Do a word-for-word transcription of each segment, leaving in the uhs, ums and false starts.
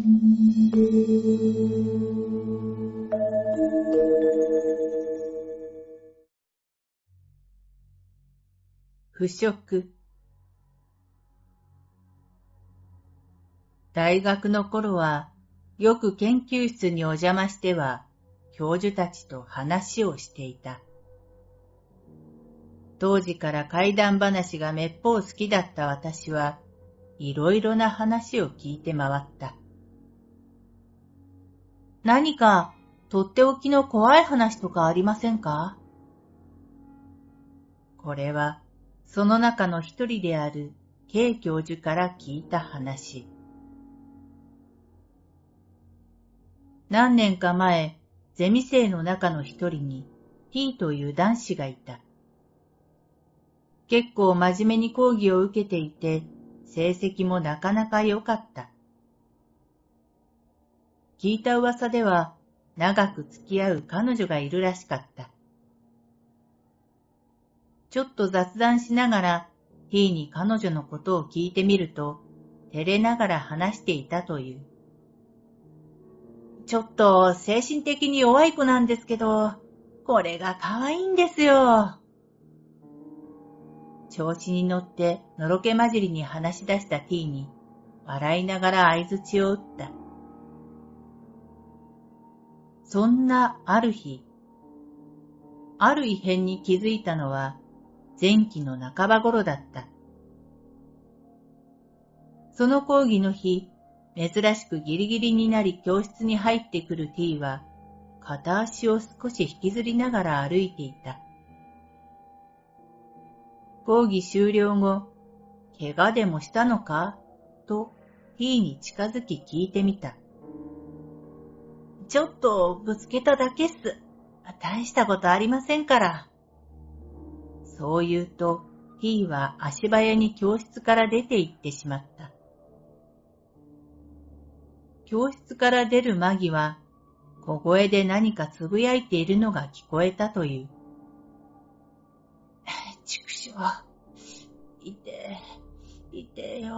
腐食。大学の頃は、よく研究室にお邪魔しては、教授たちと話をしていた。当時から怪談話がめっぽう好きだった私は、いろいろな話を聞いて回った。何か、とっておきの怖い話とかありませんか？これは、その中の一人である K 教授から聞いた話。何年か前、ゼミ生の中の一人に T という男子がいた。結構真面目に講義を受けていて、成績もなかなか良かった。聞いた噂では、長く付き合う彼女がいるらしかった。ちょっと雑談しながら T に彼女のことを聞いてみると、照れながら話していたという。ちょっと精神的に弱い子なんですけど、これが可愛いんですよ。調子に乗ってのろけまじりに話し出した T に、笑いながら相槌を打った。そんなある日、ある異変に気づいたのは前期の半ば頃だった。その講義の日、珍しくギリギリになり教室に入ってくる T は、片足を少し引きずりながら歩いていた。講義終了後、怪我でもしたのかと T に近づき聞いてみた。ちょっとぶつけただけっす。大したことありませんから。そう言うと T は足早に教室から出て行ってしまった。教室から出る間際、小声で何かつぶやいているのが聞こえたという。ちくしょう、いて、いてよ。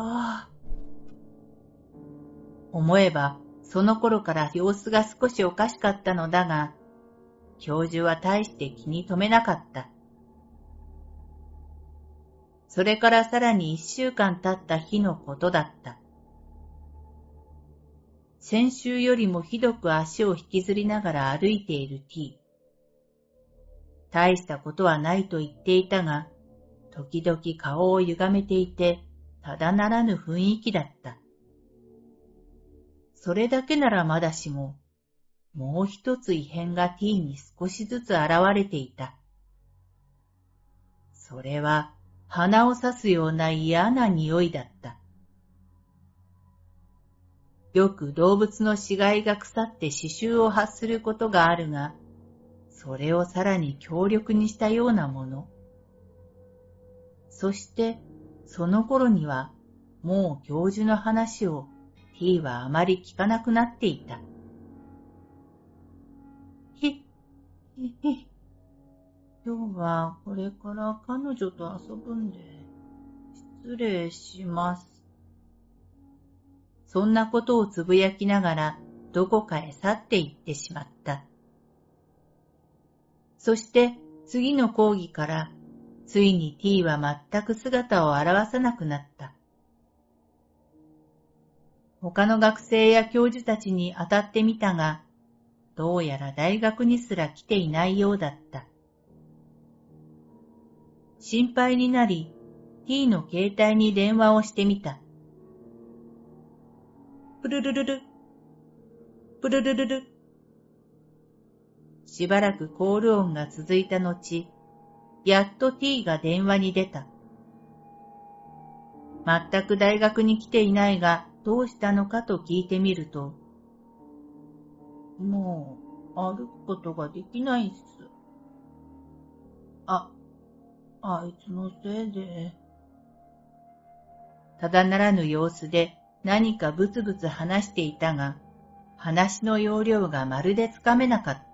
思えば、その頃から様子が少しおかしかったのだが、教授は大して気に留めなかった。それからさらに一週間経った日のことだった。先週よりもひどく足を引きずりながら歩いている T。大したことはないと言っていたが、時々顔を歪めていて、ただならぬ雰囲気だった。それだけならまだしも、もう一つ異変が T に少しずつ現れていた。それは鼻を刺すような嫌な匂いだった。よく動物の死骸が腐って死臭を発することがあるが、それをさらに強力にしたようなもの。そして、その頃には、もう教授の話を T はあまり聞かなくなっていた。ひ、ひ、ひ、今日はこれから彼女と遊ぶんで、失礼します。そんなことをつぶやきながら、どこかへ去って行ってしまった。そして、次の講義から、ついに T は全く姿を現さなくなった。他の学生や教授たちに当たってみたが、どうやら大学にすら来ていないようだった。心配になり、T の携帯に電話をしてみた。プルルルル、プルルルル。しばらくコール音が続いた後、やっと T が電話に出た。全く大学に来ていないがどうしたのかと聞いてみると、もう歩くことができないっす。あ、あいつのせいで。ただならぬ様子で何かブツブツ話していたが、話の要領がまるでつかめなかった。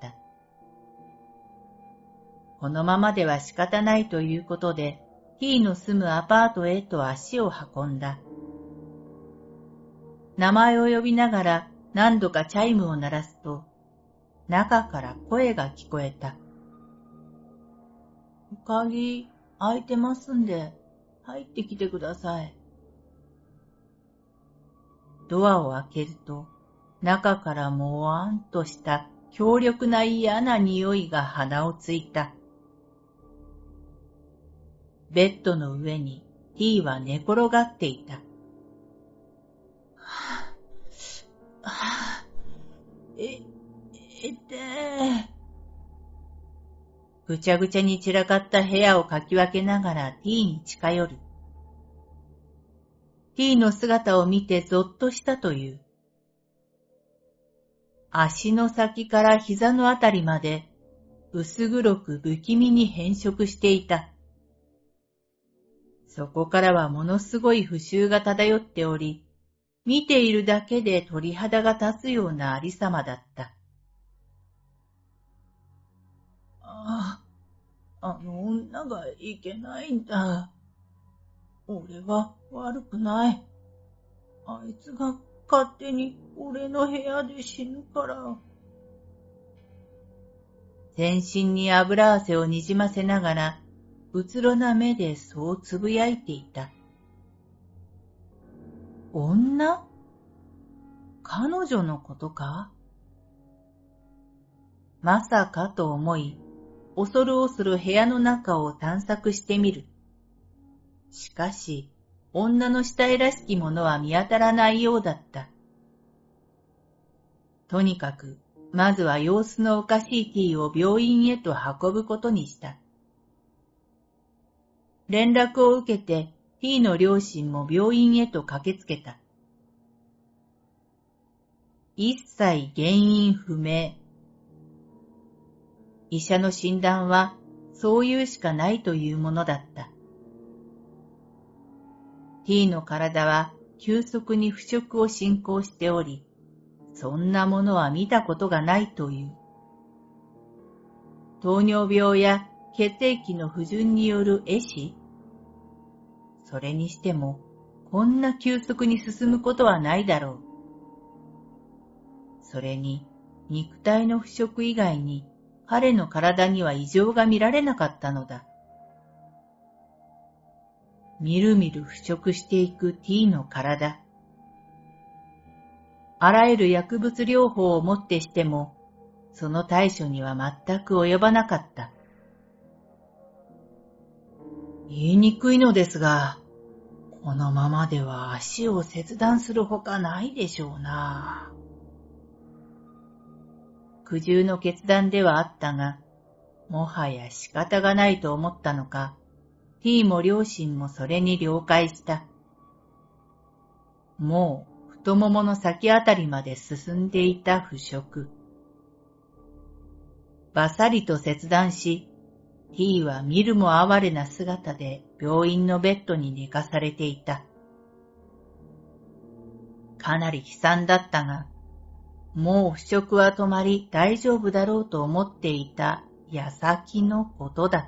このままでは仕方ないということで、T の住むアパートへと足を運んだ。 名前を呼びながら何度かチャイムを鳴らすと、中から声が聞こえた。鍵開いてますんで、入ってきてください。ドアを開けると、中からもわんとした強力な嫌な匂いが鼻をついた。ベッドの上に T は寝転がっていた。はぁ、はぁ、え、えてー。ぐちゃぐちゃに散らかった部屋をかき分けながら T に近寄る。T の姿を見てぞっとしたという。足の先から膝のあたりまで薄黒く不気味に変色していた。そこからはものすごい腐臭が漂っており、見ているだけで鳥肌が立つようなありさまだった。ああ、あの女がいけないんだ。俺は悪くない。あいつが勝手に俺の部屋で死ぬから。全身に油汗をにじませながら、うつろな目でそうつぶやいていた。女？彼女のことか？まさかと思い、恐る恐る部屋の中を探索してみる。しかし、女の死体らしきものは見当たらないようだった。とにかく、まずは様子のおかしい T を病院へと運ぶことにした。連絡を受けて T の両親も病院へと駆けつけた。一切原因不明。医者の診断はそういうしかないというものだった。T の体は急速に腐食を進行しており、そんなものは見たことがないという。糖尿病や血液の不順による壊死？それにしても、こんな急速に進むことはないだろう。それに、肉体の腐食以外に、彼の体には異常が見られなかったのだ。みるみる腐食していく T の体。あらゆる薬物療法をもってしても、その対処には全く及ばなかった。言いにくいのですが、このままでは足を切断するほかないでしょうな。苦渋の決断ではあったが、もはや仕方がないと思ったのか、T も両親もそれに了解した。もう太ももの先あたりまで進んでいた腐食。バサリと切断し、T は見るも哀れな姿で病院のベッドに寝かされていた。かなり悲惨だったが、もう腐食は止まり大丈夫だろうと思っていた矢先のことだった。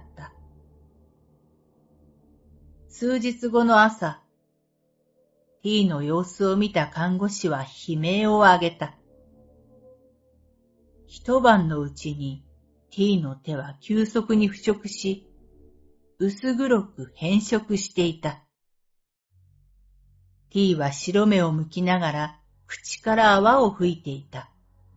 数日後の朝、T の様子を見た看護師は悲鳴を上げた。一晩のうちに T の手は急速に腐食し、薄黒く変色していた。T は白目を向きながら口から泡を吹いていた。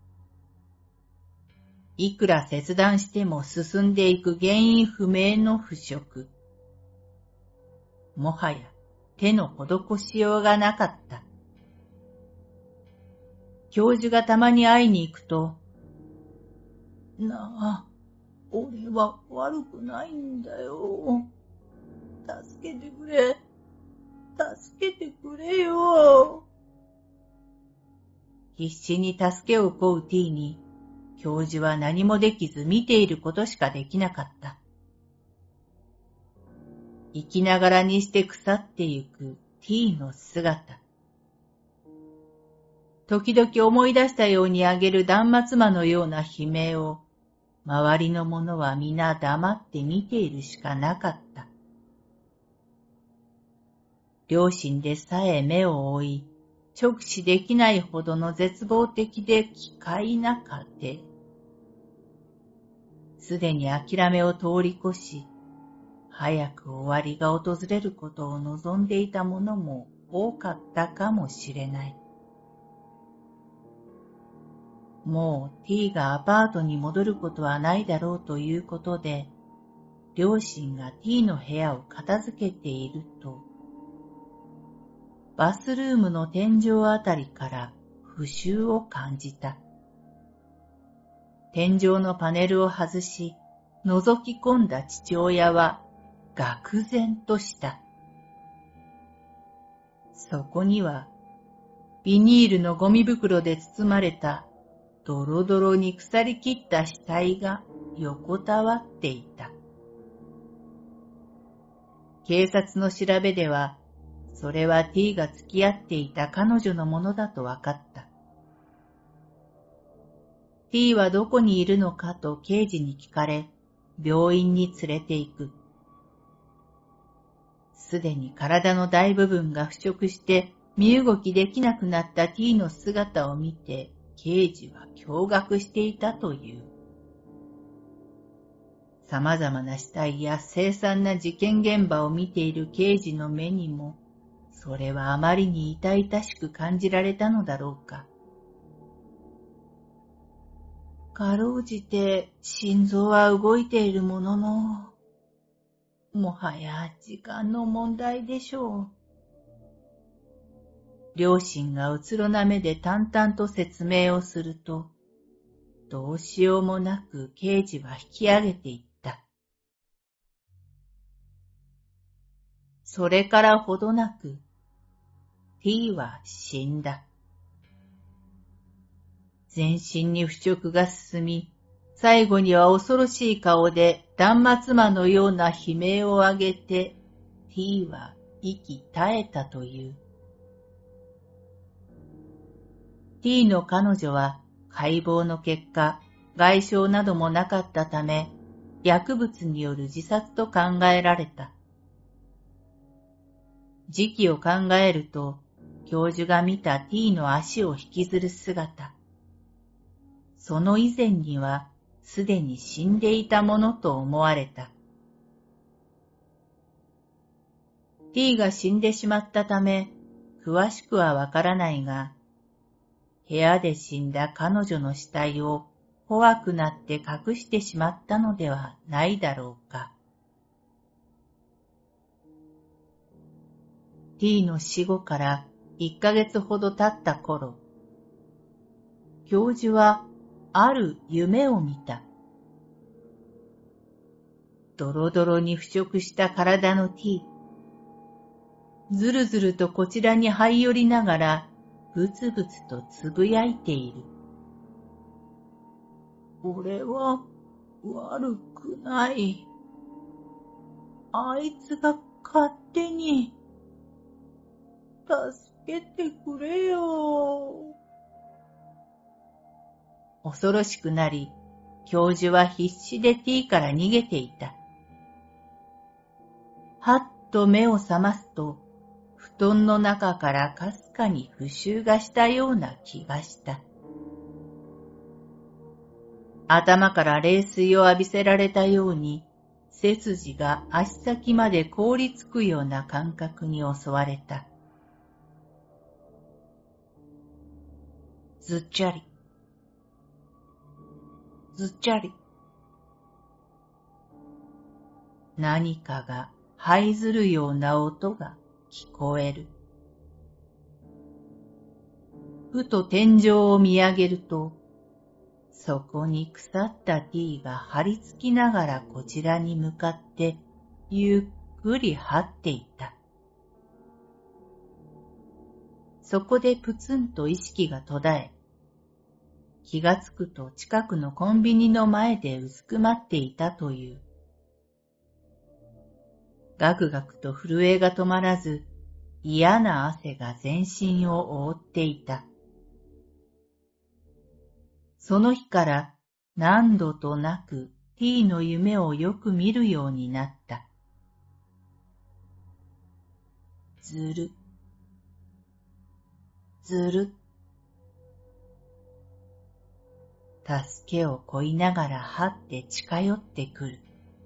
いくら切断しても進んでいく原因不明の腐食。もはや手の施しようがなかった。教授がたまに会いに行くと、なあ、俺は悪くないんだよ。助けてくれ。助けてくれよ。必死に助けを請う T に、教授は何もできず見ていることしかできなかった。生きながらにして腐ってゆく T の姿。時々思い出したように上げる断末魔のような悲鳴を、周りの者は皆黙って見ているしかなかった。両親でさえ目を覆い、 直視できないほどの絶望的で奇怪な過程。すでに諦めを通り越し、早く終わりが訪れることを望んでいた者も多かったかもしれない。もう T がアパートに戻ることはないだろうということで、両親が T の部屋を片付けていると、バスルームの天井あたりから腐臭を感じた。天井のパネルを外し、覗き込んだ父親は愕然とした。そこには、ビニールのゴミ袋で包まれたドロドロに腐りきった死体が横たわっていた。警察の調べでは、それは T が付き合っていた彼女のものだと分かった。T はどこにいるのかと刑事に聞かれ、病院に連れて行く。すでに体の大部分が腐食して身動きできなくなった T の姿を見て、刑事は驚愕していたという。様々な死体や凄惨な事件現場を見ている刑事の目にも、それはあまりに痛々しく感じられたのだろうか。かろうじて心臓は動いているものの、もはや時間の問題でしょう。両親がうつろな目で淡々と説明をすると、どうしようもなく刑事は引き上げていった。それからほどなく、T は死んだ。全身に腐食が進み、最後には恐ろしい顔で断末魔のような悲鳴を上げて、T は息絶えたという。T の彼女は解剖の結果、外傷などもなかったため、薬物による自殺と考えられた。時期を考えると、教授が見た T の足を引きずる姿、その以前にはすでに死んでいたものと思われた。T が死んでしまったため、詳しくはわからないが、部屋で死んだ彼女の死体を怖くなって隠してしまったのではないだろうか。T の死後からいっかげつほど経った頃、教授はある夢を見た。ドロドロに腐食した体の T、ずるずるとこちらに這い寄りながら、ぶつぶつとつぶやいている。俺は悪くない。あいつが勝手に。助けてくれよ。恐ろしくなり、教授は必死で T から逃げていた。はっと目を覚ますと、布団の中からかすかに腐臭がしたような気がした。頭から冷水を浴びせられたように、背筋が足先まで凍りつくような感覚に襲われた。ずっちゃり、ずっちゃり。何かが這いずるような音が聞こえる。ふと天井を見上げると、そこに腐った T が張り付きながらこちらに向かってゆっくり這っていた。そこでプツンと意識が途絶え、気がつくと近くのコンビニの前でうずくまっていたという。ガクガクと震えが止まらず、嫌な汗が全身を覆っていた。その日から何度となく T の夢をよく見るようになった。ずる、 ずる。助けをこいながらはって近寄ってくる。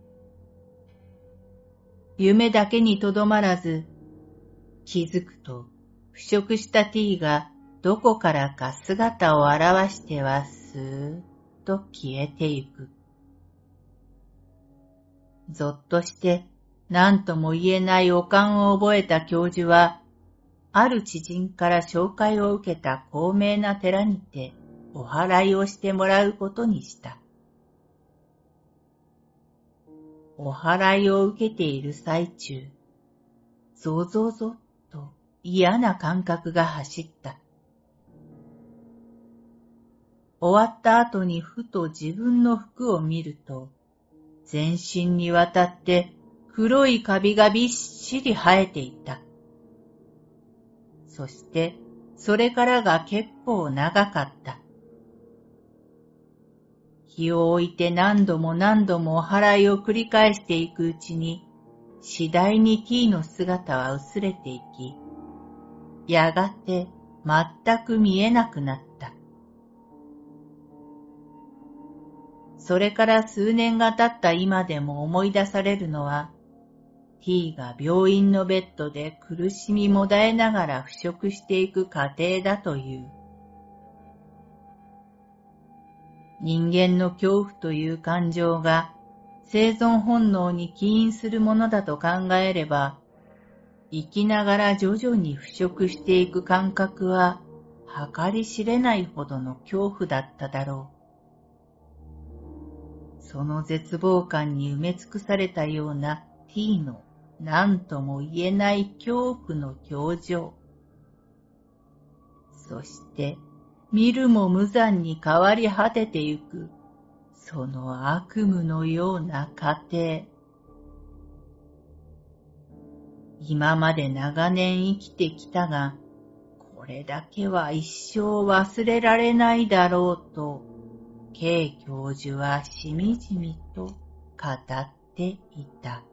夢だけにとどまらず、気づくと腐食した T がどこからか姿を現してはスーッと消えてゆく。ぞっとして何とも言えない悪感を覚えた教授は、ある知人から紹介を受けた高名な寺にてお祓いをしてもらうことにした。お祓いを受けている最中、ゾゾゾッと嫌な感覚が走った。終わった後にふと自分の服を見ると、全身にわたって黒いカビがびっしり生えていた。そして、それからが結構長かった。日を置いて何度も何度もお祓いを繰り返していくうちに、次第に T の姿は薄れていき、やがて全く見えなくなった。それから数年が経った今でも思い出されるのは、T が病院のベッドで苦しみもだえながら腐食していく過程だという。人間の恐怖という感情が生存本能に起因するものだと考えれば、生きながら徐々に腐食していく感覚は計り知れないほどの恐怖だっただろう。その絶望感に埋め尽くされたような T の何とも言えない恐怖の表情。そして、見るも無残に変わり果ててゆく、その悪夢のような過程。今まで長年生きてきたが、これだけは一生忘れられないだろうと、K 教授はしみじみと語っていた。